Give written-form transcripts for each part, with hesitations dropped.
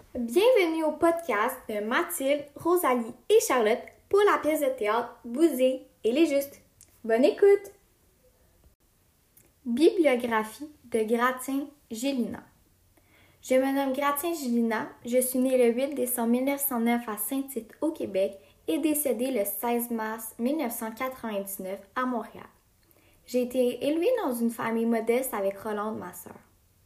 Bienvenue au podcast de Mathilde, Rosalie et Charlotte pour la pièce de théâtre Bousée et les Justes. Bonne écoute! Bibliographie de Gratien-Gélina. Je me nomme Gratien-Gélina, je suis née le 8 décembre 1909 à Saint-Tite au Québec et décédée le 16 mars 1999 à Montréal. J'ai été élevée dans une famille modeste avec Rolande, ma sœur.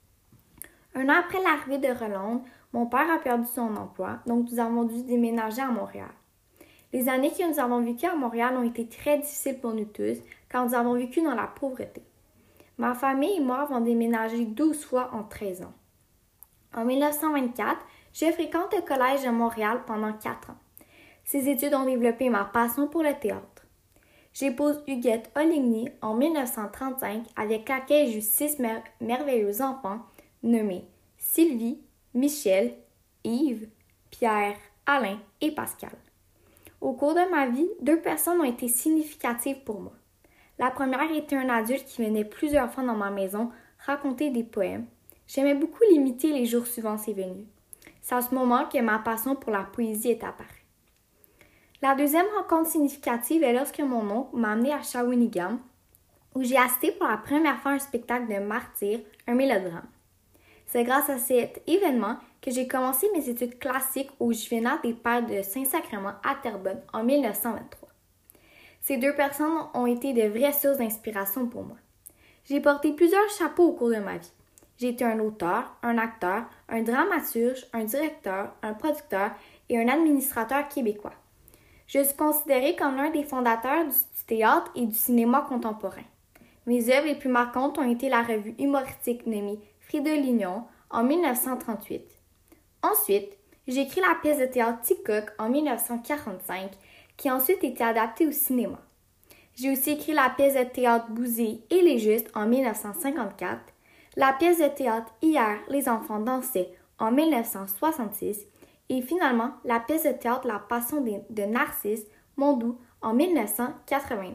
Un an après l'arrivée de Rolande, mon père a perdu son emploi, donc nous avons dû déménager à Montréal. Les années que nous avons vécues à Montréal ont été très difficiles pour nous tous, car nous avons vécu dans la pauvreté. Ma famille et moi avons déménagé 12 fois en 13 ans. En 1924, je fréquente le Collège de Montréal pendant 4 ans. Ces études ont développé ma passion pour le théâtre. J'épouse Huguette Oligny en 1935, avec laquelle j'ai eu 6 merveilleux enfants nommés Sylvie, Michel, Yves, Pierre, Alain et Pascal. Au cours de ma vie, 2 personnes ont été significatives pour moi. La première était un adulte qui venait plusieurs fois dans ma maison raconter des poèmes. J'aimais beaucoup l'imiter les jours suivant ses venues. C'est à ce moment que ma passion pour la poésie est apparue. La deuxième rencontre significative est lorsque mon oncle m'a amenée à Shawinigan, où j'ai assisté pour la première fois à un spectacle de Martyr, un mélodrame. C'est grâce à cet événement que j'ai commencé mes études classiques au Juvénat des Pères de Saint-Sacrement à Terrebonne en 1923. Ces 2 personnes ont été de vraies sources d'inspiration pour moi. J'ai porté plusieurs chapeaux au cours de ma vie. J'ai été un auteur, un acteur, un dramaturge, un directeur, un producteur et un administrateur québécois. Je suis considérée comme l'un des fondateurs du théâtre et du cinéma contemporain. Mes œuvres les plus marquantes ont été la revue humoristique nommée Fridolinion en 1938. Ensuite, j'ai écrit la pièce de théâtre Ticoc en 1945, qui a ensuite été adaptée au cinéma. J'ai aussi écrit la pièce de théâtre Bousée et les Justes en 1954, la pièce de théâtre Hier, les enfants dansaient en 1966 et finalement la pièce de théâtre La Passion de Narcisse Mondou en 1989.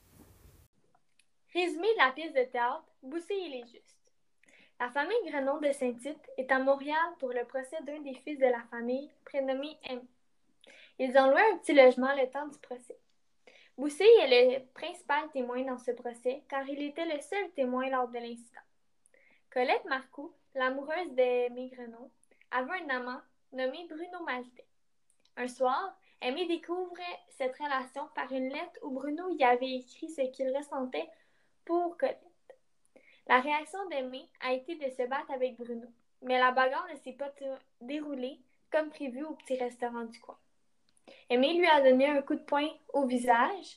Résumé de la pièce de théâtre Bousée et les Justes. La famille Grenon de Saint-Tite est à Montréal pour le procès d'un des fils de la famille, prénommé Aimé. Ils ont loué un petit logement le temps du procès. Bousée est le principal témoin dans ce procès, car il était le seul témoin lors de l'incident. Colette Marcoux, l'amoureuse d'Aimé Grenon, avait un amant nommé Bruno Maltais. Un soir, Aimé découvre cette relation par une lettre où Bruno y avait écrit ce qu'il ressentait pour Colette. La réaction d'Aimé a été de se battre avec Bruno, mais la bagarre ne s'est pas déroulée comme prévu au petit restaurant du coin. Aimé lui a donné un coup de poing au visage.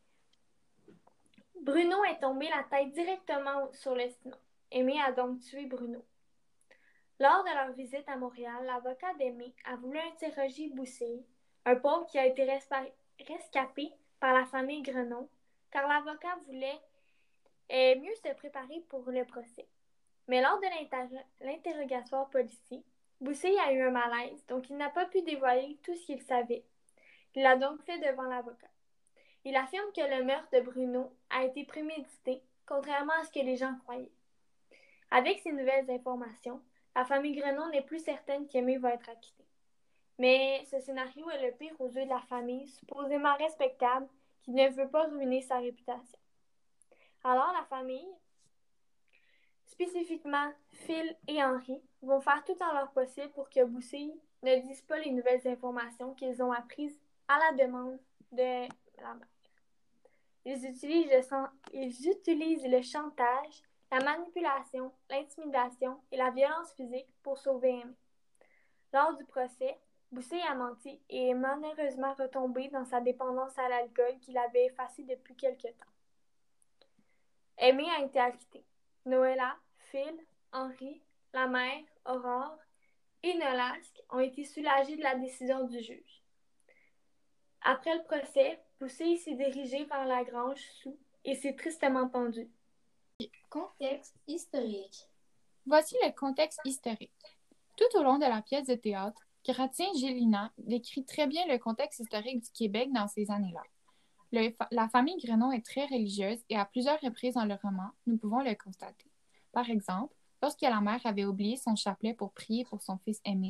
Bruno est tombé la tête directement sur le sinon. Aimé a donc tué Bruno. Lors de leur visite à Montréal, l'avocat d'Aimé a voulu interroger Bousée, un pauvre qui a été rescapé par la famille Grenon, car l'avocat voulait mieux se préparer pour le procès. Mais lors de l'interrogatoire policier, Bousée a eu un malaise, donc il n'a pas pu dévoiler tout ce qu'il savait. Il l'a donc fait devant l'avocat. Il affirme que le meurtre de Bruno a été prémédité, contrairement à ce que les gens croyaient. Avec ces nouvelles informations, la famille Grenon n'est plus certaine qu'Aimé va être acquitté. Mais ce scénario est le pire aux yeux de la famille, supposément respectable, qui ne veut pas ruiner sa réputation. Alors la famille, spécifiquement Phil et Henri, vont faire tout en leur possible pour que Bousée ne dise pas les nouvelles informations qu'ils ont apprises à la demande de la mère. Ils utilisent le chantage, la manipulation, l'intimidation et la violence physique pour sauver Aimé. Lors du procès, Bousée a menti et est malheureusement retombé dans sa dépendance à l'alcool qu'il avait effacée depuis quelque temps. Aimé a été acquitté. Noëlla, Phil, Henri, la mère, Aurore et Nolasque ont été soulagés de la décision du juge. Après le procès, Bousée s'est dirigé vers la grange sous et s'est tristement pendu. Contexte historique. Voici le contexte historique. Tout au long de la pièce de théâtre, Gratien-Gélina décrit très bien le contexte historique du Québec dans ces années-là. La famille Grenon est très religieuse et à plusieurs reprises dans le roman, nous pouvons le constater. Par exemple, lorsque la mère avait oublié son chapelet pour prier pour son fils Aimé,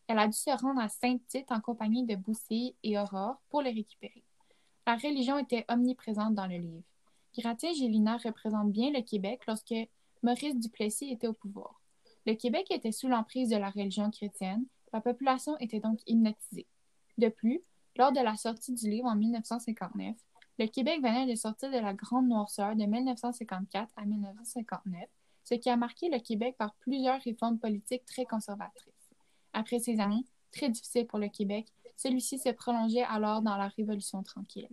Elle a dû se rendre à Saint-Tite en compagnie de Boussy et Aurore pour les récupérer. La religion était omniprésente dans le livre. Gratien-Gélina représente bien le Québec lorsque Maurice Duplessis était au pouvoir. Le Québec était sous l'emprise de la religion chrétienne, la population était donc hypnotisée. De plus, lors de la sortie du livre en 1959, le Québec venait de sortir de la Grande Noirceur de 1954 à 1959, ce qui a marqué le Québec par plusieurs réformes politiques très conservatrices. Après ces années, très difficiles pour le Québec, celui-ci se prolongeait alors dans la Révolution tranquille.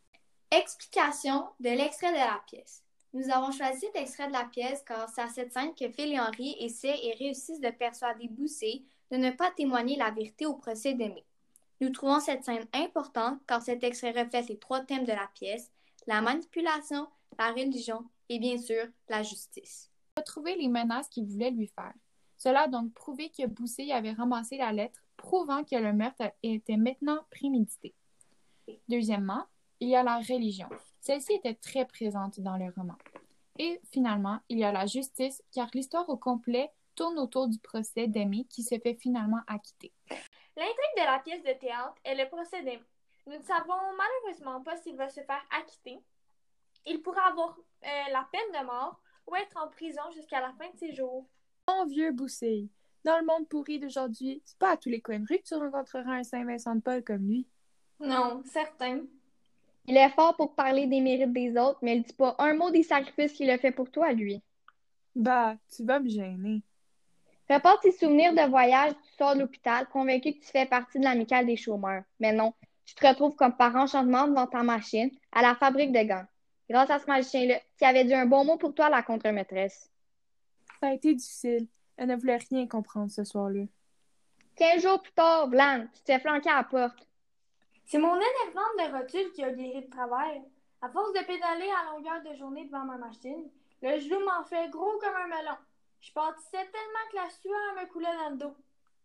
Explication de l'extrait de la pièce. Nous avons choisi cet extrait de la pièce car c'est à cette scène que Phil et Henri essaient et réussissent de persuader Boussy de ne pas témoigner la vérité au procès d'Aimé. Nous trouvons cette scène importante car cet extrait reflète les 3 thèmes de la pièce, la manipulation, la religion et bien sûr la justice. Retrouver les menaces qu'il voulait lui faire. Cela a donc prouvé que Boussy avait ramassé la lettre, prouvant que le meurtre était maintenant prémédité. Deuxièmement, il y a la religion. Celle-ci était très présente dans le roman. Et finalement, il y a la justice, car l'histoire au complet tourne autour du procès d'Aimé qui se fait finalement acquitter. L'intrigue de la pièce de théâtre est le procès d'Aimé. Nous ne savons malheureusement pas s'il va se faire acquitter. Il pourra avoir la peine de mort ou être en prison jusqu'à la fin de ses jours. Mon vieux Boussy, dans le monde pourri d'aujourd'hui, c'est pas à tous les coins de rue que tu rencontreras un Saint-Vincent-de-Paul comme lui. Non, certain. Il est fort pour parler des mérites des autres, mais il dit pas un mot des sacrifices qu'il a fait pour toi, lui. Bah, tu vas me gêner. Reporte tes souvenirs de voyage, tu sors de l'hôpital, convaincu que tu fais partie de l'amicale des chômeurs. Mais non, tu te retrouves comme par enchantement devant ta machine, à la fabrique de gants. Grâce à ce magicien-là, qui avait dit un bon mot pour toi à la contre-maîtresse. Ça a été difficile. Elle ne voulait rien comprendre ce soir-là. 15 jours plus tard, Blanc, tu t'es flanqué à la porte. C'est mon énervante de rotule qui a guéri de travers. À force de pédaler à longueur de journée devant ma machine, le genou m'en fait gros comme un melon. Je pâtissais tellement que la sueur me coulait dans le dos.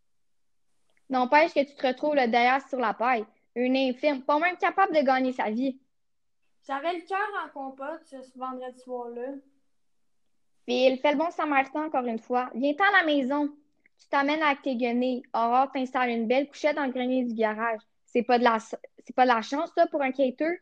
N'empêche que tu te retrouves le derrière sur la paille. Une infirme, pas même capable de gagner sa vie. J'avais le cœur en compote ce vendredi soir-là. Phil, fais le bon samaritain encore une fois. Viens-t'en à la maison. Tu t'amènes avec tes guenilles. Aurore t'installe une belle couchette dans le grenier du garage. C'est pas de la chance, ça, pour un cater?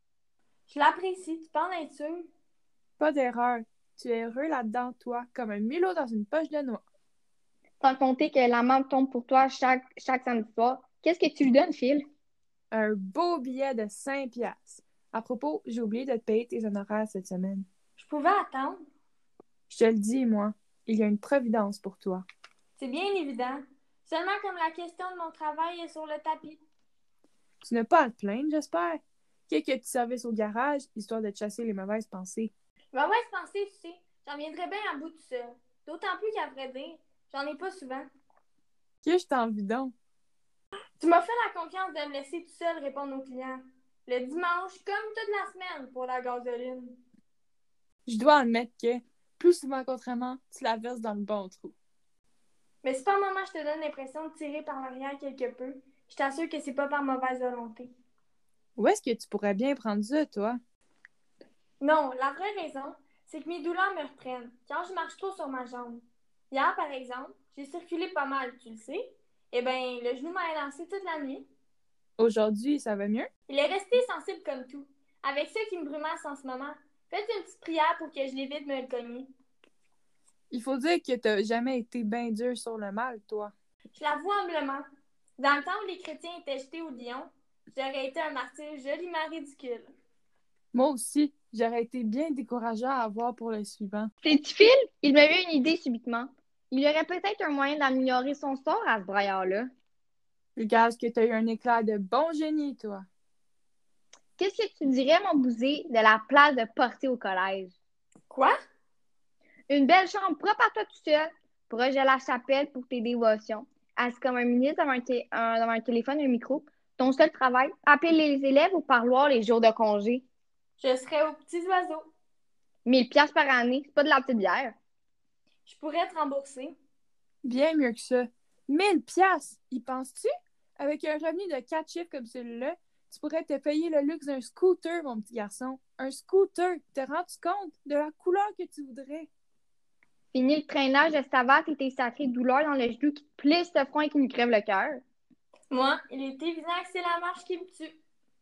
Je l'apprécie, tu penses être sûr? Pas d'erreur. Tu es heureux là-dedans, toi, comme un mulot dans une poche de noix. Sans compter que la maman tombe pour toi chaque samedi soir. Qu'est-ce que tu lui donnes, Phil? Un beau billet de 5 piastres. À propos, j'ai oublié de te payer tes honoraires cette semaine. Je pouvais attendre. Je te le dis, moi, il y a une providence pour toi. C'est bien évident. Seulement comme la question de mon travail est sur le tapis. Tu n'as pas à te plaindre, j'espère. Quelques petits services au garage, histoire de te chasser les mauvaises pensées. Mauvaise pensée, tu sais. J'en viendrais bien à bout tout seul. D'autant plus qu'à vrai dire, j'en ai pas souvent. Que je t'envie donc. Tu m'as fait la confiance de me laisser tout seul répondre aux clients. Le dimanche, comme toute la semaine, pour la gasoline. Je dois admettre que, plus souvent qu'autrement, tu la verses dans le bon trou. Mais si par moment je te donne l'impression de tirer par l'arrière quelque peu, je t'assure que c'est pas par mauvaise volonté. Où est-ce que tu pourrais bien prendre ça, toi? Non, la vraie raison, c'est que mes douleurs me reprennent quand je marche trop sur ma jambe. Hier, par exemple, j'ai circulé pas mal, tu le sais. Eh bien, le genou m'a élancé toute la nuit. Aujourd'hui, ça va mieux? Il est resté sensible comme tout. Avec ça qui me brumasse en ce moment, faites une petite prière pour que je l'évite de me le cogner. Il faut dire que t'as jamais été bien dur sur le mal, toi. Je l'avoue humblement. Dans le temps où les chrétiens étaient jetés au lion, j'aurais été un martyr joliment ridicule. Moi aussi, j'aurais été bien décourageant à avoir pour le suivant. Sais-tu, Phil? Il m'a eu une idée subitement. Il y aurait peut-être un moyen d'améliorer son sort à ce braillard-là. Je gage que t'as eu un éclair de bon génie, toi. Qu'est-ce que tu dirais, mon bousé, de la place de portée au collège? Quoi? Une belle chambre propre à toi tout seul, proche de la chapelle pour tes dévotions. Assis comme un ministre devant un téléphone et un micro. Ton seul travail, appeler les élèves au parloir les jours de congé. Je serais aux petits oiseaux. 1000 piastres par année, c'est pas de la petite bière. Je pourrais te rembourser. Bien mieux que ça. 1000 piastres, y penses-tu? Avec un revenu de 4 chiffres comme celui-là, tu pourrais te payer le luxe d'un scooter, mon petit garçon. Un scooter, te rends-tu compte de la couleur que tu voudrais? Fini le traînage de savate et tes sacrées douleurs dans le genou qui te plissent le front et qui nous crève le cœur. Moi, il est évident que c'est la marche qui me tue.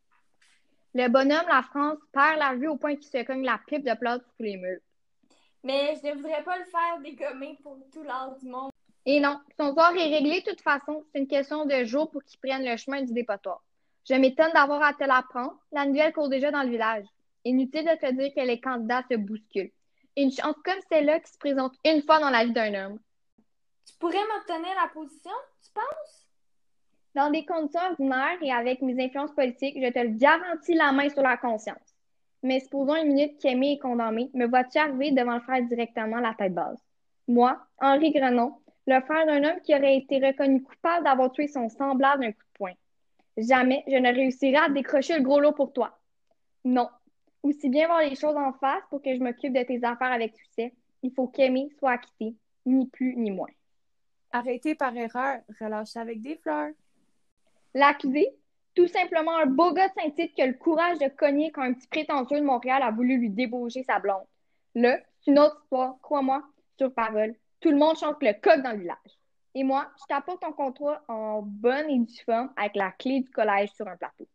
Le bonhomme, la France, perd la vue au point qu'il se cogne la pipe de plâtre sous les murs. Mais je ne voudrais pas le faire dégommer pour tout l'art du monde. Et non, son sort est réglé de toute façon. C'est une question de jours pour qu'il prenne le chemin du dépotoir. Je m'étonne d'avoir à te l'apprendre. La nouvelle court déjà dans le village. Inutile de te dire que les candidats se bousculent. Une chance comme celle-là qui se présente une fois dans la vie d'un homme. Tu pourrais m'obtenir la position, tu penses? Dans des conditions ordinaires et avec mes influences politiques, je te le garantis la main sur la conscience. Mais supposons une minute qu'Aimé est condamné, me vois-tu arriver devant le frère directement la tête basse? Moi, Henri Grenon, le frère d'un homme qui aurait été reconnu coupable d'avoir tué son semblable d'un coup de poing. Jamais je ne réussirai à décrocher le gros lot pour toi. Non. Aussi bien voir les choses en face pour que je m'occupe de tes affaires avec succès, il faut qu'Aimé soit acquitté, ni plus ni moins. Arrêté par erreur, relâché avec des fleurs. L'accusé, tout simplement un beau gars de Saint-Tite qui a le courage de cogner quand un petit prétentieux de Montréal a voulu lui débaucher sa blonde. Là, c'est une autre histoire, crois-moi, sur parole. Tout le monde chante le coq dans le village. Et moi, je t'apporte ton contrat en bonne et due forme avec la clé du collège sur un plateau.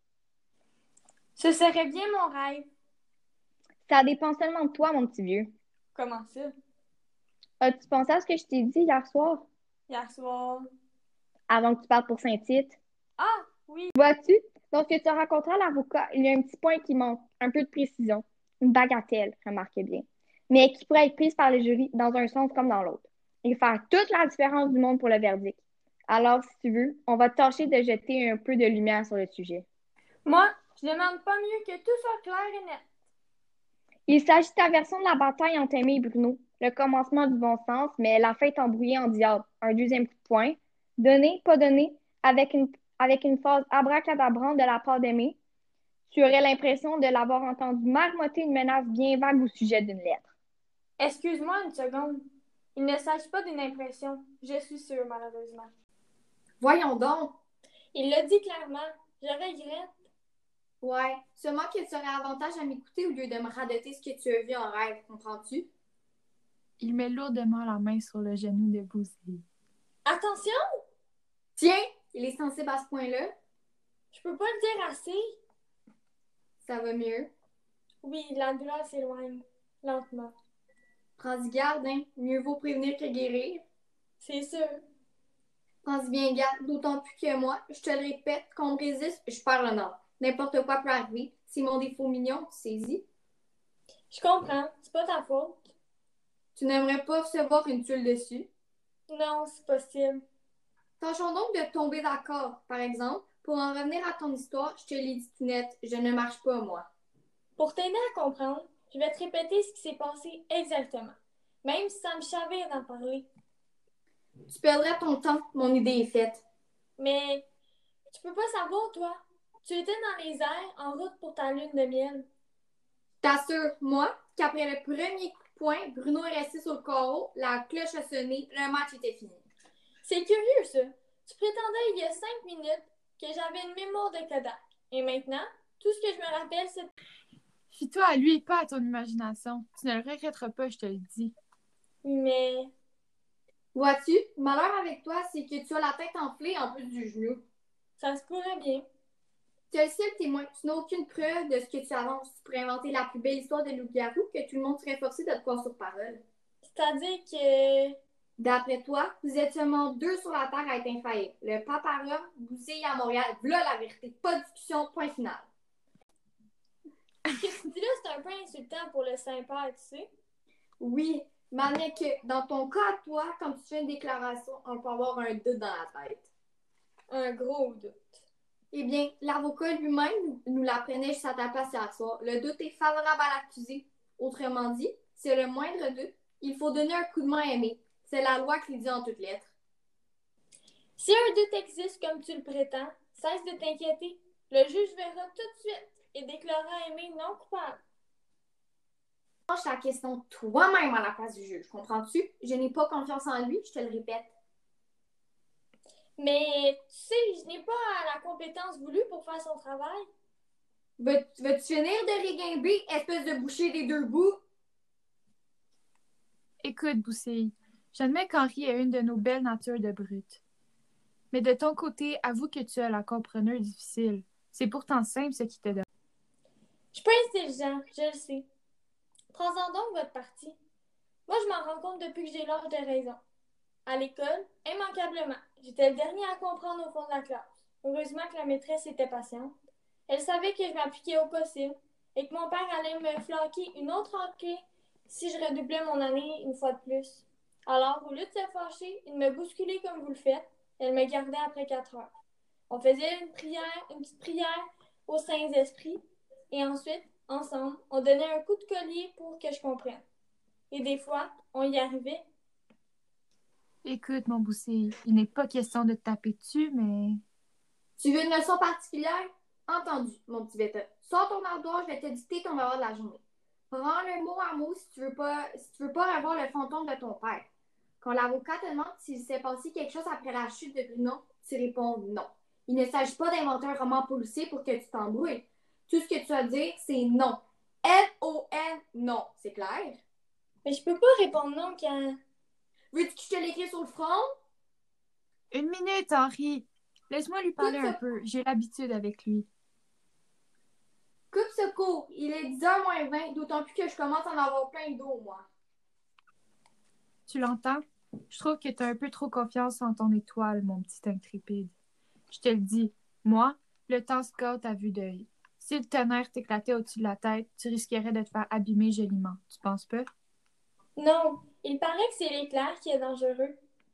Ce serait bien mon rêve. Ça dépend seulement de toi, mon petit vieux. Comment ça? As-tu pensé à ce que je t'ai dit hier soir, Hier soir. avant que tu partes pour Saint-Tite? Ah, oui. Vois-tu? Donc, ce que tu as rencontré à l'avocat, il y a un petit point qui manque, un peu de précision. Une bagatelle, remarquez bien. Mais qui pourrait être prise par le jury dans un sens comme dans l'autre. Et faire toute la différence du monde pour le verdict. Alors, si tu veux, on va tâcher de jeter un peu de lumière sur le sujet. Moi, je demande pas mieux que tout soit clair et net. Il s'agit de ta version de la bataille entre Aimé et Bruno. Le commencement du bon sens, mais la fin est embrouillée en diable. Un deuxième coup de poing. Donné, pas donné, avec une phrase abracadabrante de la part d'Aimé. Tu aurais l'impression de l'avoir entendu marmotter une menace bien vague au sujet d'une lettre. Excuse-moi une seconde. Il ne s'agit pas d'une impression. Je suis sûre, malheureusement. Voyons donc. Il l'a dit clairement. Je regrette. Ouais, seulement que tu aurais avantage à m'écouter au lieu de me radoter ce que tu as vu en rêve, comprends-tu? Il met lourdement la main sur le genou de Bouzley. Attention! Tiens, il est sensible à ce point-là. Je peux pas le dire assez. Ça va mieux. Oui, la douleur s'éloigne. Lentement. Prends-y garde, hein. Mieux vaut prévenir que guérir. C'est sûr. Prends-y bien garde, d'autant plus que moi, je te le répète, qu'on me résiste, je perds le nord. N'importe quoi peut arriver. C'est mon défaut mignon, tu saisis. Je comprends. C'est pas ta faute. Tu n'aimerais pas recevoir une tuile dessus. Non, c'est possible. Tâchons donc de tomber d'accord. Par exemple, pour en revenir à ton histoire, je te l'ai dit tout net, je ne marche pas, moi. Pour t'aider à comprendre, je vais te répéter ce qui s'est passé exactement. Même si ça me chavire d'en parler. Tu perdrais ton temps, mon idée est faite. Mais tu peux pas savoir, toi. Tu étais dans les airs en route pour ta lune de miel. T'assures, moi, qu'après le premier coup de poing, Bruno est resté sur le carreau, la cloche a sonné, le match était fini. C'est curieux, ça. Tu prétendais il y a 5 minutes que j'avais une mémoire de Kodak. Et maintenant, tout ce que je me rappelle, c'est... Fie-toi à lui et pas à ton imagination. Tu ne le regretteras pas, je te le dis. Mais... Vois-tu, malheur avec toi, c'est que tu as la tête enflée en plus du genou. ça se pourrait bien. Tu es le seul témoin. Tu n'as aucune preuve de ce que tu avances. Tu pourrais inventer la plus belle histoire de loup-garou que tout le monde serait forcé de te croire sur parole. C'est-à-dire que... D'après toi, vous êtes seulement deux sur la Terre à être infaillibles. Le Papara, Bousillé à Montréal. Voilà la vérité. Pas de discussion, point final. Ce que tu dis là, c'est un peu insultant pour le Saint-Père, tu sais. Oui, mais que dans ton cas, toi, quand tu fais une déclaration, on peut avoir un doute dans la tête. Un gros doute. Eh bien, l'avocat lui-même nous l'apprenait juste à ta place hier soir. Le doute est favorable à l'accusé. Autrement dit, c'est le moindre doute. Il faut donner un coup de main à Aimé. C'est la loi qui le dit en toutes lettres. Si un doute existe comme tu le prétends, cesse de t'inquiéter. Le juge verra tout de suite et déclarera Aimé non coupable. Change la question toi-même à la place du juge. Comprends-tu? Je n'ai pas confiance en lui, je te le répète. Mais, tu sais, je n'ai pas la compétence voulue pour faire son travail. Veux-tu finir de régimber, espèce de boucher des deux bouts? Écoute, Boussille, j'admets qu'Henri est une de nos belles natures de brute. Mais de ton côté, avoue que tu as la compreneuse difficile. C'est pourtant simple ce qui te donne. Je suis pas intelligent, je le sais. Prends-en donc votre parti. Moi, je m'en rends compte depuis que j'ai l'âge de raison. À l'école, immanquablement, j'étais le dernier à comprendre au fond de la classe. Heureusement que la maîtresse était patiente. Elle savait que je m'appliquais au possible et que mon père allait me flanquer une autre entrée si je redoublais mon année une fois de plus. Alors, au lieu de se fâcher et de me bousculer comme vous le faites, elle me gardait après 4 heures. On faisait une petite prière aux saints esprits et ensuite, ensemble, on donnait un coup de collier pour que je comprenne. Et des fois, on y arrivait. Écoute, mon Boussille, il n'est pas question de te taper dessus, mais... Tu veux une leçon particulière? Entendu, mon petit bêta. Sors ton ardoise, je vais te dicter ton devoir de la journée. Prends le mot à mot si tu veux pas revoir le fantôme de ton père. Quand l'avocat te demande s'il s'est passé quelque chose après la chute de Bruno, tu réponds non. Il ne s'agit pas d'inventer un roman policier pour que tu t'embrouilles. Tout ce que tu as à dire, c'est non. N-O-N, non. C'est clair? Mais je peux pas répondre non quand... Veux-tu que je te l'écris sur le front? 1 minute, Henri! Laisse-moi lui parler un peu. J'ai l'habitude avec lui. Coupe ce cours. Il est 10h moins 20, d'autant plus que je commence à en avoir plein d'eau, moi. Tu l'entends? Je trouve que tu as un peu trop confiance en ton étoile, mon petit intrépide. Je te le dis, moi, le temps scout à vue d'œil. Si le tonnerre t'éclatait au-dessus de la tête, tu risquerais de te faire abîmer joliment. Tu penses pas? Non, il paraît que c'est l'éclair qui est dangereux.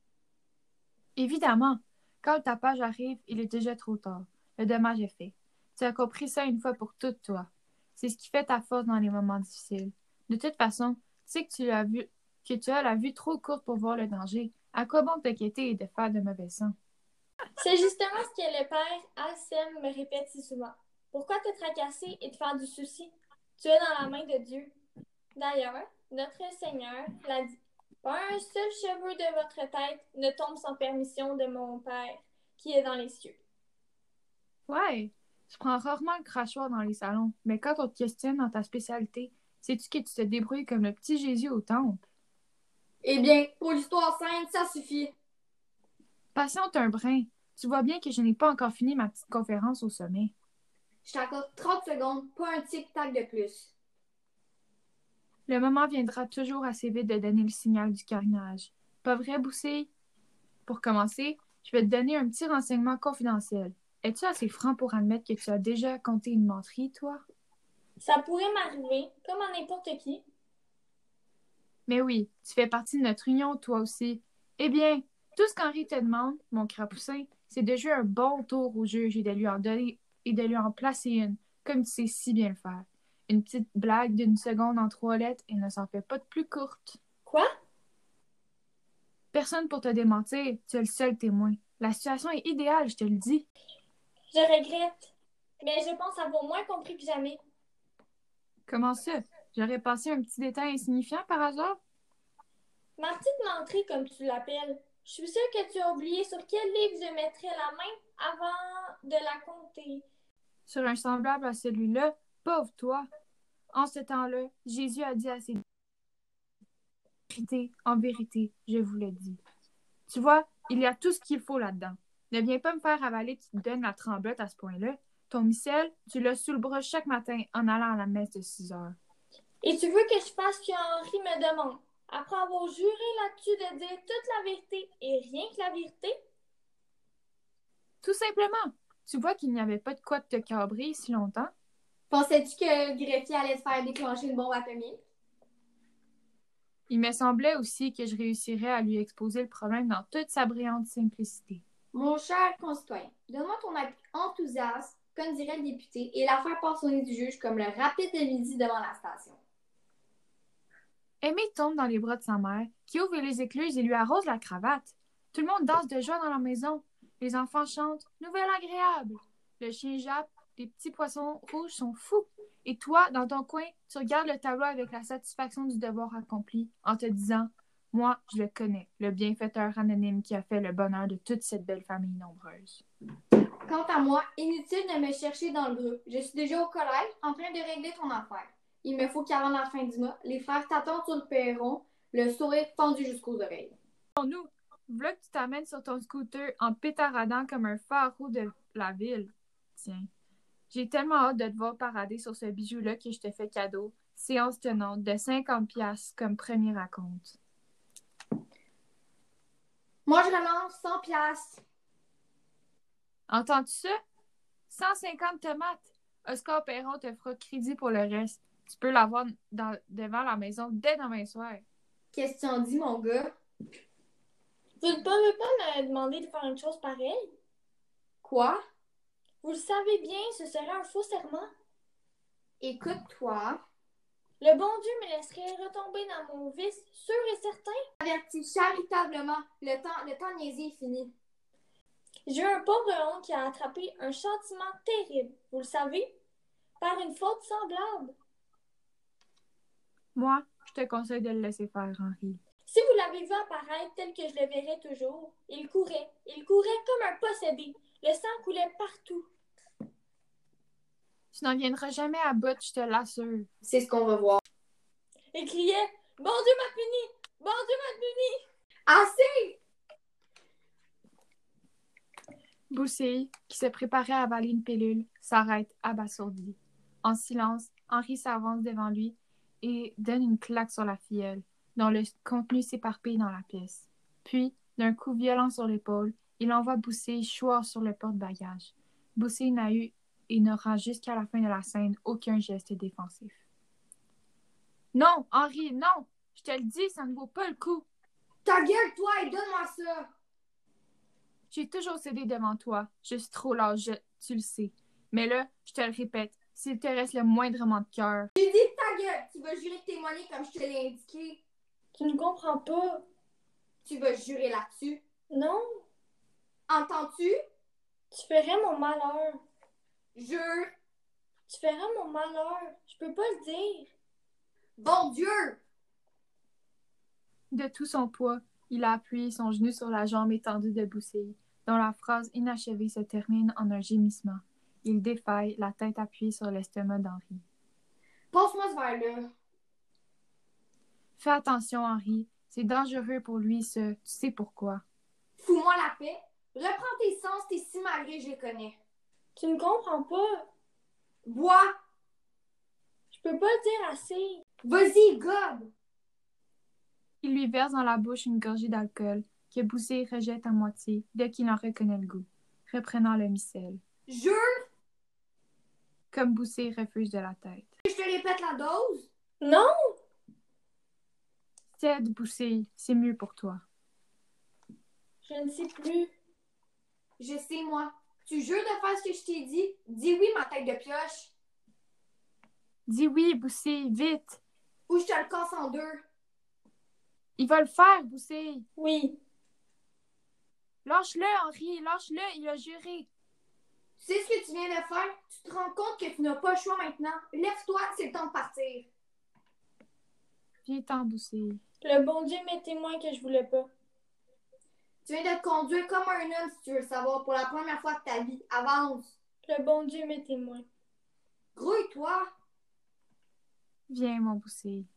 Évidemment. Quand le tapage arrive, il est déjà trop tard. Le dommage est fait. Tu as compris ça une fois pour toutes, toi. C'est ce qui fait ta force dans les moments difficiles. De toute façon, tu sais que tu as la vue trop courte pour voir le danger. À quoi bon t'inquiéter et de faire de mauvais sang? C'est justement ce que le père Alcem me répète si souvent. Pourquoi te tracasser et te faire du souci? Tu es dans la main de Dieu. D'ailleurs, notre Seigneur l'a dit. Pas un seul cheveu de votre tête ne tombe sans permission de mon Père qui est dans les cieux. Ouais, je prends rarement le crachoir dans les salons, mais quand on te questionne dans ta spécialité, sais-tu que tu te débrouilles comme le petit Jésus au temple? Eh bien, pour l'histoire sainte, ça suffit. Patiente un brin. Tu vois bien que je n'ai pas encore fini ma petite conférence au sommet. Je t'accorde 30 secondes, pas un tic-tac de plus. Le moment viendra toujours assez vite de donner le signal du carnage. Pas vrai, Boussille? Pour commencer, je vais te donner un petit renseignement confidentiel. Es-tu assez franc pour admettre que tu as déjà compté une menterie, toi? Ça pourrait m'arriver, comme à n'importe qui. Mais oui, tu fais partie de notre union, toi aussi. Eh bien, tout ce qu'Henri te demande, mon crapoussin, c'est de jouer un bon tour au juge et de lui en donner et de lui en placer une, comme tu sais si bien le faire. Une petite blague d'1 seconde en 3 lettres et ne s'en fait pas de plus courte. Quoi? Personne pour te démentir, tu es le seul témoin. La situation est idéale, je te le dis. Je regrette, mais je pense avoir moins compris que jamais. Comment ça? J'aurais passé un petit détail insignifiant par hasard? Ma petite menterie, comme tu l'appelles, je suis sûre que tu as oublié sur quel livre je mettrais la main avant de la compter. Sur un semblable à celui-là, pauvre toi! En ce temps-là, Jésus a dit à ses disciples, en vérité, je vous le dis. Tu vois, il y a tout ce qu'il faut là-dedans. Ne viens pas me faire avaler que tu te donnes la tremblote à ce point-là. Ton missel, tu l'as sous le bras chaque matin en allant à la messe de 6 heures. Et tu veux que je fasse ce qu'Henri me demande, après avoir juré là-dessus de dire toute la vérité et rien que la vérité? Tout simplement. Tu vois qu'il n'y avait pas de quoi te cabrer si longtemps? Pensais-tu que le greffier allait se faire déclencher une bombe atomique? Il me semblait aussi que je réussirais à lui exposer le problème dans toute sa brillante simplicité. Mon cher concitoyen, donne-moi ton appui enthousiaste, comme dirait le député, et l'affaire passe au nez du juge comme le rapide de midi devant la station. Aimé tombe dans les bras de sa mère, qui ouvre les écluses et lui arrose la cravate. Tout le monde danse de joie dans la maison. Les enfants chantent « Nouvelle agréable ». Le chien jappe, les petits poissons rouges sont fous. Et toi, dans ton coin, tu regardes le tableau avec la satisfaction du devoir accompli, en te disant « Moi, je le connais, le bienfaiteur anonyme qui a fait le bonheur de toute cette belle famille nombreuse. » Quant à moi, inutile de me chercher dans le groupe. Je suis déjà au collège, en train de régler ton affaire. Il me faut qu'avant la fin du mois, les frères t'attendent sur le perron, le sourire fendu jusqu'aux oreilles. Nous, voilà que tu t'amènes sur ton scooter en pétaradant comme un pharaon de la ville. Tiens, j'ai tellement hâte de te voir parader sur ce bijou-là que je te fais cadeau. Séance tenante de 50$ comme premier raconte. Moi, je relance 100$. Entends-tu ça? 150 tomates. Oscar Perron te fera crédit pour le reste. Tu peux l'avoir devant la maison dès demain soir. Question dit, mon gars. Vous ne pouvez pas me demander de faire une chose pareille? Quoi? Vous le savez bien, ce serait un faux serment. Écoute-toi. Le bon Dieu me laisserait retomber dans mon vice, sûr et certain. Avertis charitablement. Le temps niaisé est fini. J'ai eu un pauvre oncle qui a attrapé un châtiment terrible, vous le savez, par une faute semblable. Moi, je te conseille de le laisser faire, Henri. Si vous l'avez vu apparaître tel que je le verrai toujours, il courait comme un possédé. Le sang coulait partout. Tu n'en viendras jamais à bout, je te l'assure. C'est ce qu'on va voir. Il criait « Bon Dieu m'a puni! Bon Dieu m'a puni! » Assez! Bousséi, qui se préparait à avaler une pilule, s'arrête abasourdi. En silence, Henri s'avance devant lui et donne une claque sur la filleule, dont le contenu s'éparpille dans la pièce. Puis, d'un coup violent sur l'épaule, il envoie Bousséi choir sur le porte-bagages. Bousséi n'a eu et n'aura jusqu'à la fin de la scène aucun geste défensif. Non, Henri, non! Je te le dis, ça ne vaut pas le coup! Ta gueule, toi, et donne-moi ça! J'ai toujours cédé devant toi. Je suis trop lâche, tu le sais. Mais là, je te le répète, s'il te reste le moindrement de cœur... J'ai dit ta gueule! Tu vas jurer de témoigner comme je te l'ai indiqué. Tu ne comprends pas. Tu vas jurer là-dessus. Non, Entends-tu? tu ferais mon malheur. Jure! Tu ferais mon malheur. Je peux pas le dire. Bon Dieu! De tout son poids, il a appuyé son genou sur la jambe étendue de Bousséi, dont la phrase inachevée se termine en un gémissement. Il défaille, la tête appuyée sur l'estomac d'Henri. Passe-moi ce verre-là. Fais attention, Henri. C'est dangereux pour lui, ce... Tu sais pourquoi. Fous-moi la paix. Reprends tes sens, tes simagrées, je les connais. Tu ne comprends pas. Bois! Je peux pas le dire assez. Vas-y, gobe! Il lui verse dans la bouche une gorgée d'alcool, que Bousséi rejette à moitié dès qu'il en reconnaît le goût, reprenant le micelle. Jure! Comme Bousséi refuse de la tête. Je te répète la dose? Non! Cède, Bousséi, c'est mieux pour toi. Je ne sais plus. Je sais, moi. Tu jures de faire ce que je t'ai dit? Dis oui, ma tête de pioche. Dis oui, Bousséi, vite! Ou je te le casse en deux. Il va le faire, Bousséi! Oui. Lâche-le, Henri, lâche-le, il a juré. Tu sais ce que tu viens de faire? Tu te rends compte que tu n'as pas le choix maintenant? Lève-toi, c'est le temps de partir. Viens-t'en, Bousséi. Le bon Dieu m'est témoin que je voulais pas. Tu viens de te conduire comme un homme, si tu veux le savoir, pour la première fois de ta vie. Avance. Le bon Dieu m'est témoin. Grouille-toi. Viens, mon Bousséi.